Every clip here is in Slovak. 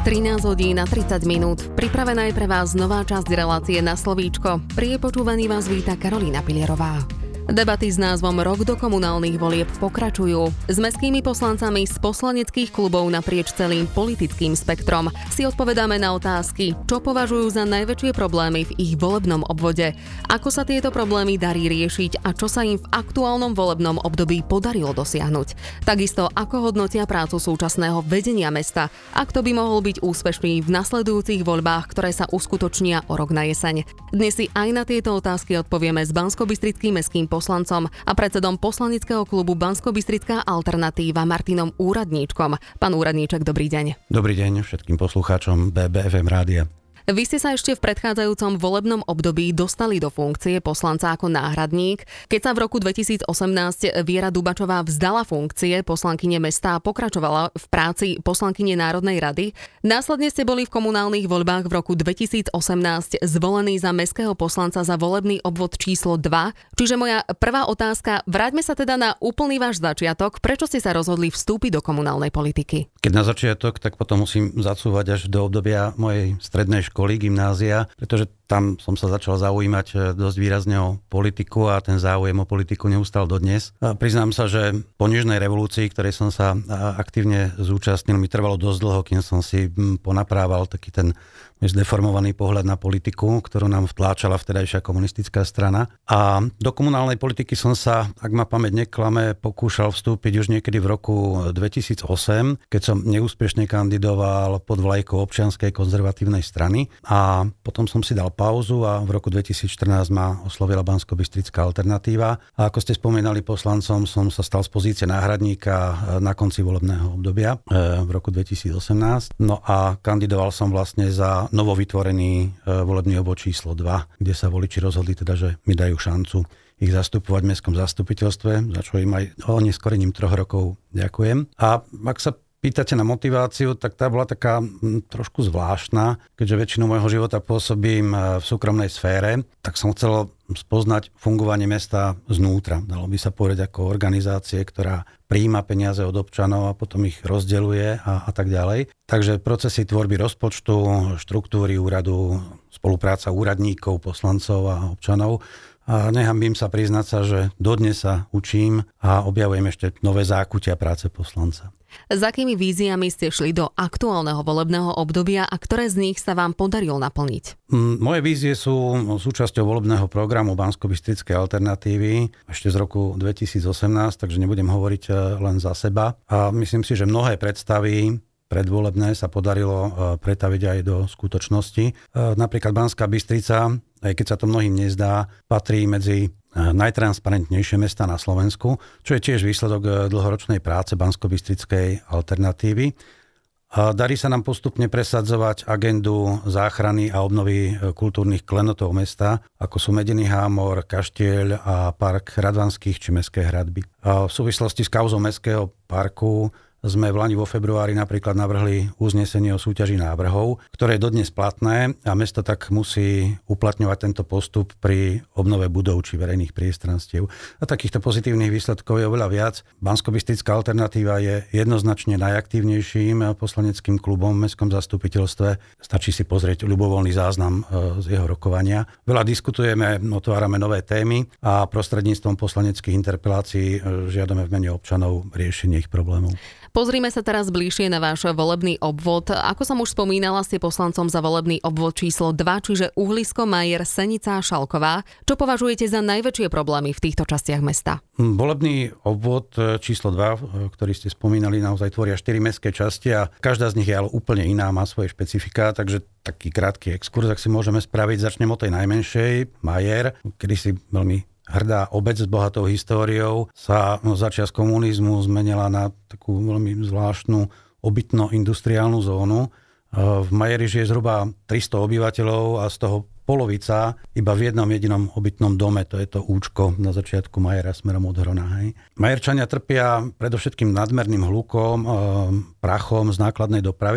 13:30. Pripravená je pre vás nová časť relácie Na slovíčko. Pri jej počúvaní vás víta Karolína Pilierová. Debaty s názvom Rok do komunálnych volieb pokračujú. S mestskými poslancami z poslaneckých klubov naprieč celým politickým spektrom si odpovedáme na otázky, čo považujú za najväčšie problémy v ich volebnom obvode, ako sa tieto problémy darí riešiť a čo sa im v aktuálnom volebnom období podarilo dosiahnuť. Takisto ako hodnotia prácu súčasného vedenia mesta a kto by mohol byť úspešný v nasledujúcich voľbách, ktoré sa uskutočnia o rok na jeseň. Dnes si aj na tieto otázky odpovieme s banskobystrickým mestským poslancom a predsedom poslaneckého klubu Banskobystrická alternatíva Martinom Úradníčkom. Pán Úradníček, dobrý deň. Dobrý deň všetkým poslucháčom BBFM rádia. Vy ste sa ešte v predchádzajúcom volebnom období dostali do funkcie poslanca ako náhradník. Keď sa v roku 2018 Viera Dubačová vzdala funkcie poslankyne mesta a pokračovala v práci poslankyne Národnej rady, následne ste boli v komunálnych voľbách v roku 2018 zvolení za mestského poslanca za volebný obvod číslo 2. Čiže moja prvá otázka, vráťme sa teda na úplný váš začiatok. Prečo ste sa rozhodli vstúpiť do komunálnej politiky? Keď na začiatok, tak potom musím zacúvať až do obdobia mojej strednej školy, gymnázia, pretože tam som sa začal zaujímať dosť výrazne o politiku a ten záujem o politiku neustal dodnes. A priznám sa, že po nežnej revolúcii, ktorej som sa aktívne zúčastnil, mi trvalo dosť dlho, kým som si ponaprával taký ten zdeformovaný pohľad na politiku, ktorú nám vtláčala vtedajšia komunistická strana. A do komunálnej politiky som sa, ak ma pamäť neklame, pokúšal vstúpiť už niekedy v roku 2008, keď som neúspešne kandidoval pod vlajkou Občianskej konzervatívnej strany. A potom som si dal pauzu a v roku 2014 ma oslovila Banskobystrická alternatíva. A ako ste spomínali poslancom, som sa stal z pozície náhradníka na konci volebného obdobia v roku 2018. No a kandidoval som vlastne za novovytvorený volebný obvod číslo 2, kde sa voliči rozhodli teda, že mi dajú šancu ich zastupovať v mestskom zastupiteľstve, za čo im aj oneskorením 3 rokov ďakujem. A ak sa pýtate na motiváciu, tak tá bola taká trošku zvláštna, keďže väčšinu môjho života pôsobím v súkromnej sfére, tak som chcel spoznať fungovanie mesta znútra. Dalo by sa povedať ako organizácie, ktorá prijíma peniaze od občanov a potom ich rozdeľuje a tak ďalej. Takže procesy tvorby rozpočtu, štruktúry úradu, spolupráca úradníkov, poslancov a občanov. A nehambím sa priznať sa, že dodnes sa učím a objavujem ešte nové zákutia práce poslanca. S akými víziami ste šli do aktuálneho volebného obdobia a ktoré z nich sa vám podarilo naplniť? Moje vízie sú súčasťou volebného programu Banskobystrickej alternatívy ešte z roku 2018, takže nebudem hovoriť len za seba. A myslím si, že mnohé predstavy predvolebné sa podarilo pretaviť aj do skutočnosti. Napríklad Banská Bystrica, aj keď sa to mnohým nezdá, patrí medzi najtransparentnejšie mesta na Slovensku, čo je tiež výsledok dlhoročnej práce Banskobystrickej alternatívy. Darí sa nám postupne presadzovať agendu záchrany a obnovy kultúrnych klenotov mesta, ako sú Medený Hámor, Kaštieľ a park Radvanských či Mestské hradby. V súvislosti s kauzou Mestského parku sme v lani vo februári napríklad navrhli uznesenie o súťaži návrhov, ktoré je dodnes platné a mesto tak musí uplatňovať tento postup pri obnove budov či verejných priestranstiev. A takýchto pozitívnych výsledkov je oveľa viac. Banskobystrická alternatíva je jednoznačne najaktívnejším poslaneckým klubom v mestskom zastupiteľstve. Stačí si pozrieť ľubovoľný záznam z jeho rokovania. Veľa diskutujeme, otvárame nové témy a prostredníctvom poslaneckých interpelácií žiadame v mene občanov riešenie ich problémov. Pozrime sa teraz bližšie na váš volebný obvod. Ako som už spomínala, ste poslancom za volebný obvod číslo 2, čiže Uhlisko, Majer, Senica a Šalková. Čo považujete za najväčšie problémy v týchto častiach mesta? Volebný obvod číslo 2, ktorý ste spomínali, naozaj tvoria 4 mestské časti a každá z nich je ale úplne iná, má svoje špecifiká, takže taký krátky exkurs, ak si môžeme spraviť. Začnem od tej najmenšej, Majer, kedy si veľmi hrdá obec s bohatou históriou sa začias komunizmu zmenila na takú veľmi zvláštnu obytno-industriálnu zónu. V Majeri žije zhruba 300 obyvateľov a z toho polovica iba v jednom jedinom obytnom dome, to je to účko na začiatku Majera smerom od Hrona. Hej. Majerčania trpia predovšetkým nadmerným hlukom, prachom z nákladnej dopravy,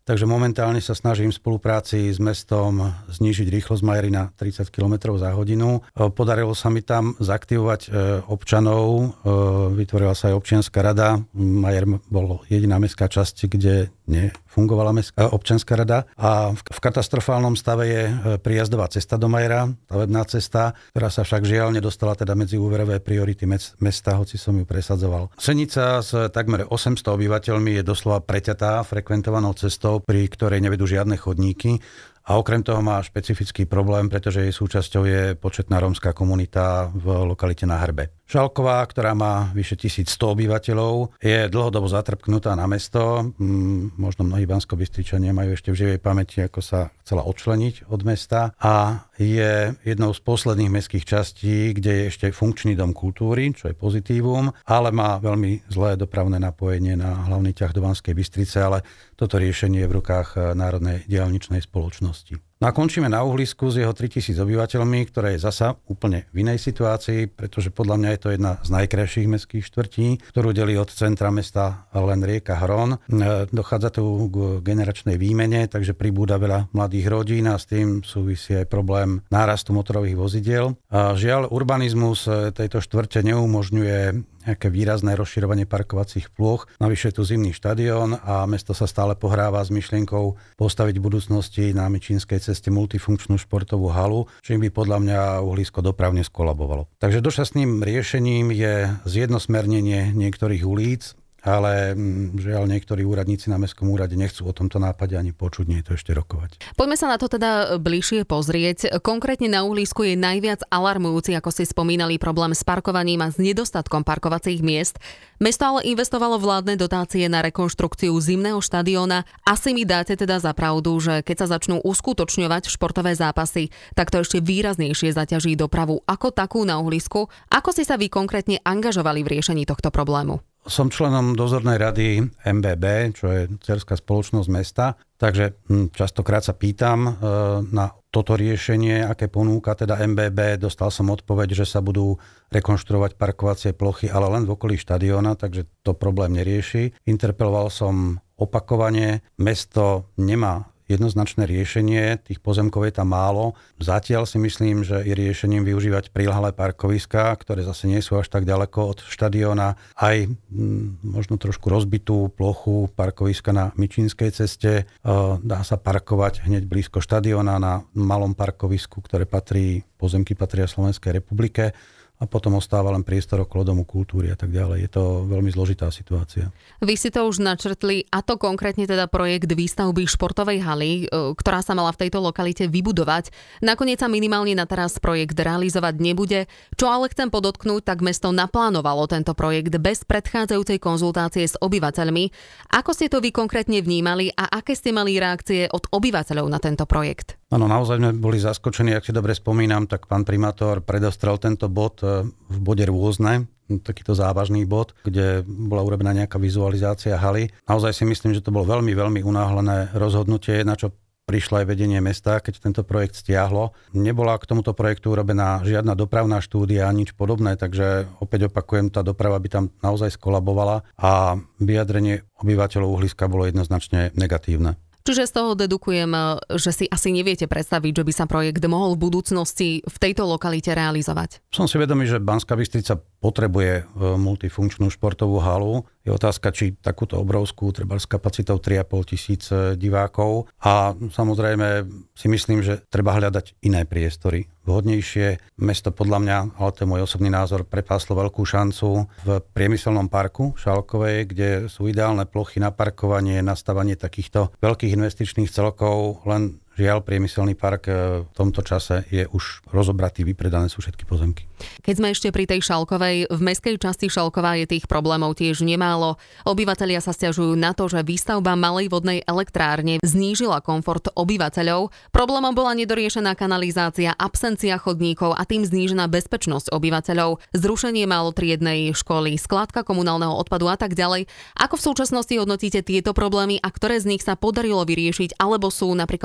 takže momentálne sa snažím v spolupráci s mestom znížiť rýchlosť Majery na 30 km za hodinu. Podarilo sa mi tam zaktivovať občanov, vytvorila sa aj občianska rada. Majer bol jediná mestská časť, kde nefungovala občianska rada a v katastrofálnom stave je prijazdová cesta do Majera, stavebná cesta, ktorá sa však žiaľ nedostala teda medzi úverové priority mesta, hoci som ju presadzoval. Senica s takmer 800 obyvateľmi je doslova preťatá frekventovanou cestou, pri ktorej nevedú žiadne chodníky. A okrem toho má špecifický problém, pretože jej súčasťou je početná rómska komunita v lokalite na Hrbe. Šalková, ktorá má vyše 1100 obyvateľov, je dlhodobo zatrpknutá na mesto. Možno mnohí Banskobystričania majú ešte v živej pamäti, ako sa chcela odčleniť od mesta. A je jednou z posledných mestských častí, kde je ešte funkčný dom kultúry, čo je pozitívum, ale má veľmi zlé dopravné napojenie na hlavný ťah do Banskej Bystrice, ale toto riešenie je v rukách Národnej diaľničnej spoločnosti. No a končíme na Uhlisku s jeho 3000 obyvateľmi, ktorá je zasa úplne v inej situácii, pretože podľa mňa je to jedna z najkrajších mestských štvrtí, ktorú delí od centra mesta len rieka Hron. Dochádza tu k generačnej výmene, takže pribúda veľa mladých rodín a s tým súvisí aj problém nárastu motorových vozidiel. A žiaľ, urbanizmus tejto štvrte neumožňuje nejaké výrazné rozširovanie parkovacích plôch. Navyše je tu zimný štadión a mesto sa stále pohráva s myšlienkou postaviť v budúcnosti na Mičínskej ceste multifunkčnú športovú halu, čím by podľa mňa Uhlisko dopravne skolabovalo. Takže dočasným riešením je zjednosmernenie niektorých ulic, ale žiaľ, niektorí úradníci na mestskom úrade nechcú o tomto nápade ani počuť, nie je to ešte rokovať. Poďme sa na to teda bližšie pozrieť. Konkrétne na Uhlisku je najviac alarmujúci, ako ste spomínali, problém s parkovaním a s nedostatkom parkovacích miest. Mesto ale investovalo vládne dotácie na rekonštrukciu zimného štadióna. Asi mi dáte teda za pravdu, že keď sa začnú uskutočňovať športové zápasy, tak to ešte výraznejšie zaťaží dopravu ako takú na Uhlisku. Ako ste sa vy konkrétne angažovali v riešení tohto problému? Som členom dozornej rady MBB, čo je dcerská spoločnosť mesta, takže častokrát sa pýtam na toto riešenie, aké ponúka teda MBB. Dostal som odpoveď, že sa budú rekonštruovať parkovacie plochy, ale len v okolí štadióna, takže to problém nerieši. Interpeloval som opakovane, mesto nemá jednoznačné riešenie, tých pozemkov je tam málo. Zatiaľ si myslím, že je riešením využívať priľahlé parkoviská, ktoré zase nie sú až tak ďaleko od štadióna. Aj možno trošku rozbitú plochu parkoviska na Mičínskej ceste. Dá sa parkovať hneď blízko štadióna na malom parkovisku, ktoré pozemky patria Slovenskej republike. A potom ostáva len priestor okolo Domu kultúry a tak ďalej. Je to veľmi zložitá situácia. Vy si to už načrtli, a to konkrétne teda projekt výstavby športovej haly, ktorá sa mala v tejto lokalite vybudovať. Nakoniec sa minimálne na teraz projekt realizovať nebude. Čo ale chcem podotknúť, tak mesto naplánovalo tento projekt bez predchádzajúcej konzultácie s obyvateľmi. Ako ste to vy konkrétne vnímali a aké ste mali reakcie od obyvateľov na tento projekt? Áno, naozaj sme boli zaskočení, ak si dobre spomínam, tak pán primátor predostrel tento bod v bode rôzne, takýto závažný bod, kde bola urobená nejaká vizualizácia haly. Naozaj si myslím, že to bolo veľmi, veľmi unáhlené rozhodnutie, na čo prišlo aj vedenie mesta, keď tento projekt stiahlo. Nebola k tomuto projektu urobená žiadna dopravná štúdia, nič podobné, takže opäť opakujem, tá doprava by tam naozaj skolabovala a vyjadrenie obyvateľov Uhliska bolo jednoznačne negatívne. Čiže z toho dedukujem, že si asi neviete predstaviť, že by sa projekt mohol v budúcnosti v tejto lokalite realizovať. Som si vedomý, že Banská Bystrica potrebuje multifunkčnú športovú halu. Je otázka, či takúto obrovskú, treba s kapacitou 3,5 tisíc divákov. A samozrejme si myslím, že treba hľadať iné priestory. Vhodnejšie mesto podľa mňa, ale to je môj osobný názor, prepáslo veľkú šancu v priemyselnom parku Šálkovej, kde sú ideálne plochy na parkovanie, nastavanie takýchto veľkých investičných celkov, len žiaľ, priemyselný park v tomto čase je už rozobratý, vypredané sú všetky pozemky. Keď sme ešte pri tej Šálkovej, v mestskej časti Šálková je tých problémov tiež nemálo. Obyvatelia sa sťažujú na to, že výstavba malej vodnej elektrárne znížila komfort obyvateľov. Problémom bola nedoriešená kanalizácia, absencia chodníkov a tým znížená bezpečnosť obyvateľov, zrušenie malotriednej školy, skládka komunálneho odpadu a tak ďalej. Ako v súčasnosti hodnotíte tieto problémy a ktoré z nich sa podarilo vyriešiť alebo sú napríklad v procese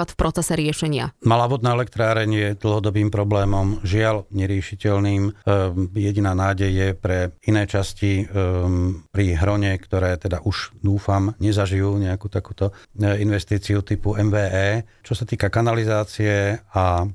procese riešenia? Malá vodná elektráreň je dlhodobým problémom, žiaľ neriešiteľným. Jediná nádej je pre iné časti pri Hrone, ktoré teda už dúfam nezažijú nejakú takúto investíciu typu MVE. Čo sa týka kanalizácie a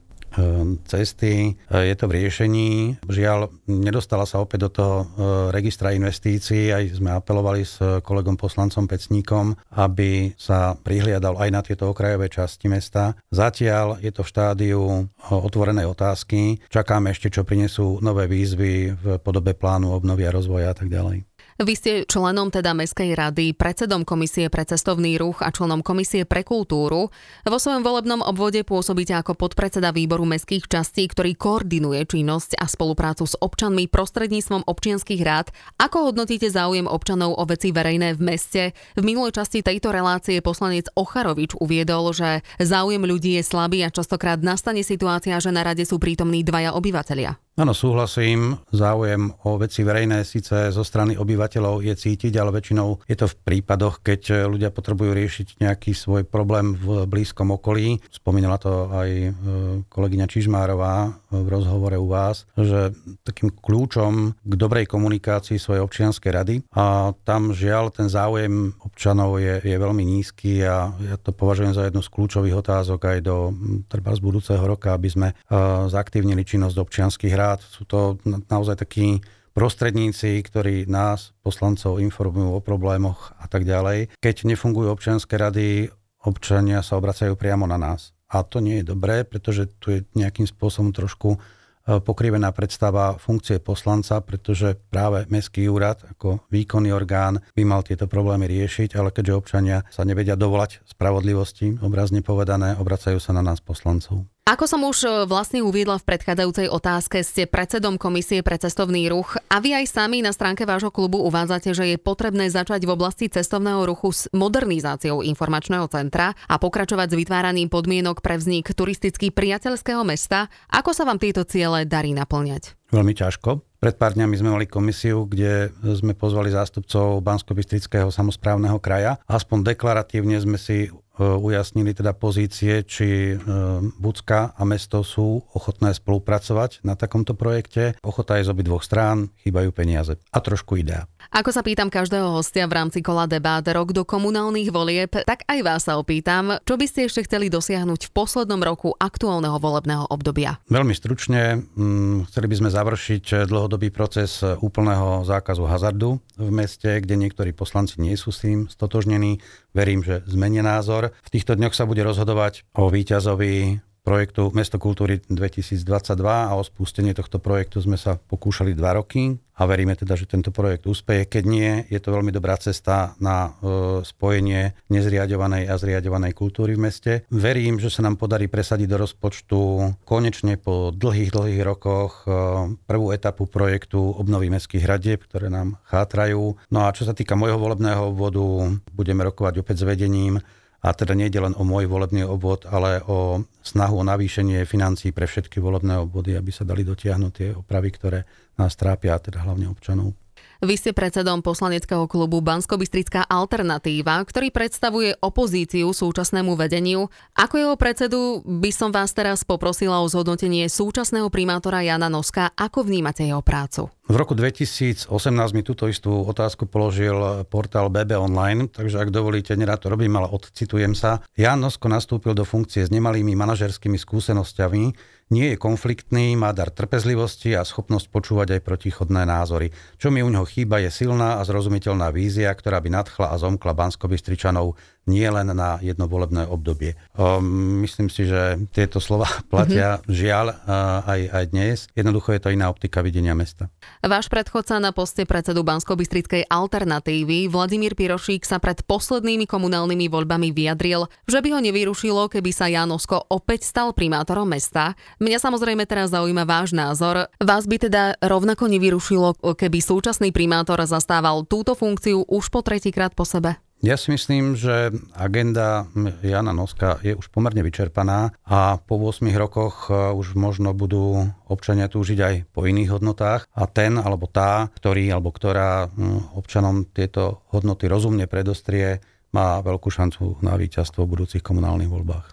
cesty, je to v riešení. Žiaľ, nedostala sa opäť do toho registra investícií. Aj sme apelovali s kolegom poslancom Pecníkom, aby sa prihliadal aj na tieto okrajové časti mesta. Zatiaľ je to v štádiu otvorenej otázky. Čakáme ešte, čo prinesú nové výzvy v podobe plánu obnovy a rozvoja a tak ďalej. Vy ste členom teda Mestskej rady, predsedom Komisie pre cestovný ruch a členom Komisie pre kultúru. Vo svojom volebnom obvode pôsobíte ako podpredseda výboru mestských častí, ktorý koordinuje činnosť a spoluprácu s občanmi prostredníctvom občianskych rád. Ako hodnotíte záujem občanov o veci verejné v meste? V minulej časti tejto relácie poslanec Ocharovič uviedol, že záujem ľudí je slabý a častokrát nastane situácia, že na rade sú prítomní dvaja obyvatelia. Áno, súhlasím. Záujem o veci verejné síce zo strany obyvateľov je cítiť, ale väčšinou je to v prípadoch, keď ľudia potrebujú riešiť nejaký svoj problém v blízkom okolí. Spomínala to aj kolegyňa Čižmárová v rozhovore u vás, že takým kľúčom k dobrej komunikácii svojej občianskej rady a tam žiaľ ten záujem občanov je veľmi nízky a ja to považujem za jednu z kľúčových otázok aj do z budúceho roka, aby sme zaktívnili činnosť občianskych rád. Sú to naozaj takí prostredníci, ktorí nás, poslancov, informujú o problémoch a tak ďalej. Keď nefungujú občianske rady, občania sa obracajú priamo na nás. A to nie je dobré, pretože tu je nejakým spôsobom trošku pokrivená predstava funkcie poslanca, pretože práve mestský úrad ako výkonný orgán by mal tieto problémy riešiť, ale keďže občania sa nevedia dovolať spravodlivosti, obrazne povedané, obracajú sa na nás poslancov. Ako som už vlastne uviedla v predchádzajúcej otázke, ste predsedom Komisie pre cestovný ruch a vy aj sami na stránke vášho klubu uvádzate, že je potrebné začať v oblasti cestovného ruchu s modernizáciou informačného centra a pokračovať s vytváraním podmienok pre vznik turisticky priateľského mesta. Ako sa vám tieto ciele darí naplňať? Veľmi ťažko. Pred pár dňami sme mali komisiu, kde sme pozvali zástupcov Banskobystrického samosprávneho kraja. Aspoň deklaratívne sme si ujasnili teda pozície, či Bucka a mesto sú ochotné spolupracovať na takomto projekte. Ochota je z obidvoch strán, chýbajú peniaze a trošku idea. Ako sa pýtam každého hostia v rámci kola debát rok do komunálnych volieb, tak aj vás sa opýtam, čo by ste ešte chceli dosiahnuť v poslednom roku aktuálneho volebného obdobia? Veľmi stručne, chceli by sme završiť dlhodobý proces úplného zákazu hazardu v meste, kde niektorí poslanci nie sú s tým stotožnení. Verím, že zmenia názor. V týchto dňoch sa bude rozhodovať o víťazovi projektu Mesto kultúry 2022 a o spustenie tohto projektu sme sa pokúšali 2 roky a veríme teda, že tento projekt úspeje. Keď nie, je to veľmi dobrá cesta na spojenie nezriaďovanej a zriaďovanej kultúry v meste. Verím, že sa nám podarí presadiť do rozpočtu konečne po dlhých rokoch prvú etapu projektu obnovy mestských hradieb, ktoré nám chátrajú. No a čo sa týka môjho volebného obvodu, budeme rokovať opäť s vedením. A teda nie je len o môj volebný obvod, ale o snahu o navýšenie financií pre všetky volebné obvody, aby sa dali dotiahnuť tie opravy, ktoré nás trápia, a teda hlavne občanov. Vy ste predsedom poslaneckého klubu Banskobystrická alternatíva, ktorý predstavuje opozíciu súčasnému vedeniu. Ako jeho predsedu by som vás teraz poprosila o zhodnotenie súčasného primátora Jána Noska. Ako vnímate jeho prácu? V roku 2018 mi túto istú otázku položil portál BB Online, takže ak dovolíte, nerád to robím, ale odcitujem sa. Ján Nosko nastúpil do funkcie s nemalými manažerskými skúsenosťami, nie je konfliktný, má dar trpezlivosti a schopnosť počúvať aj protichodné názory. Čo mi u neho chýba, je silná a zrozumiteľná vízia, ktorá by nadchla a zomkla Banskobystričanov nie len na jedno volebné obdobie. Myslím si, že tieto slova platia žiaľ aj dnes. Jednoducho je to iná optika videnia mesta. Váš predchodca na poste predsedu Banskobystrickej alternatívy Vladimír Pirošík sa pred poslednými komunálnymi voľbami vyjadril, že by ho nevyrušilo, keby sa Ján Nosko opäť stal primátorom mesta. Mňa samozrejme teraz zaujíma váš názor. Vás by teda rovnako nevyrušilo, keby súčasný primátor zastával túto funkciu už po 3-krát po sebe? Ja si myslím, že agenda Jána Noska je už pomerne vyčerpaná a po 8 rokoch už možno budú občania túžiť aj po iných hodnotách a ten alebo tá, ktorý alebo ktorá občanom tieto hodnoty rozumne predostrie, má veľkú šancu na víťazstvo v budúcich komunálnych voľbách.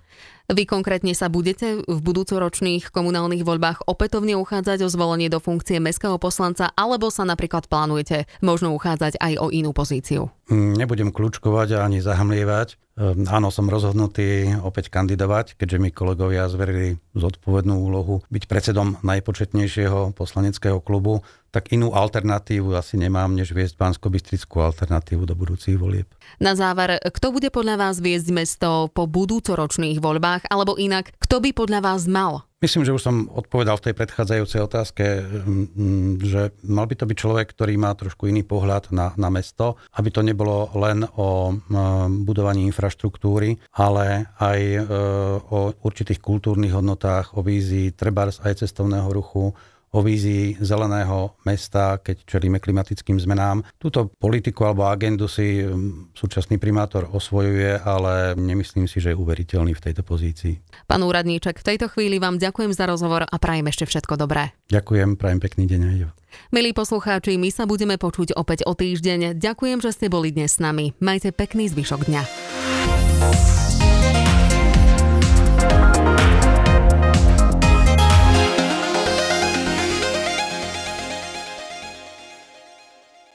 Vy konkrétne sa budete v budúcoročných komunálnych voľbách opätovne uchádzať o zvolenie do funkcie mestského poslanca, alebo sa napríklad plánujete možno uchádzať aj o inú pozíciu? Nebudem kľúčkovať a ani zahamlievať. Áno, som rozhodnutý opäť kandidovať, keďže mi kolegovia zverili zodpovednú úlohu byť predsedom najpočetnejšieho poslaneckého klubu, tak inú alternatívu asi nemám, než viesť banskobystrickú alternatívu do budúcich volieb. Na záver, kto bude podľa vás viesť mesto po budúcoročných voľbách, alebo inak, kto by podľa vás mal? Myslím, že už som odpovedal v tej predchádzajúcej otázke, že mal by to byť človek, ktorý má trošku iný pohľad na mesto, aby to nebolo len o budovaní infraštruktúry, ale aj o určitých kultúrnych hodnotách, o vízii trebárs aj cestovného ruchu, o vízii zeleného mesta, keď čelíme klimatickým zmenám. Túto politiku alebo agendu si súčasný primátor osvojuje, ale nemyslím si, že je uveriteľný v tejto pozícii. Pán úradníček, v tejto chvíli vám ďakujem za rozhovor a prajem ešte všetko dobré. Ďakujem, prajem pekný deň aj. Milí poslucháči, my sa budeme počuť opäť o týždeň. Ďakujem, že ste boli dnes s nami. Majte pekný zvyšok dňa.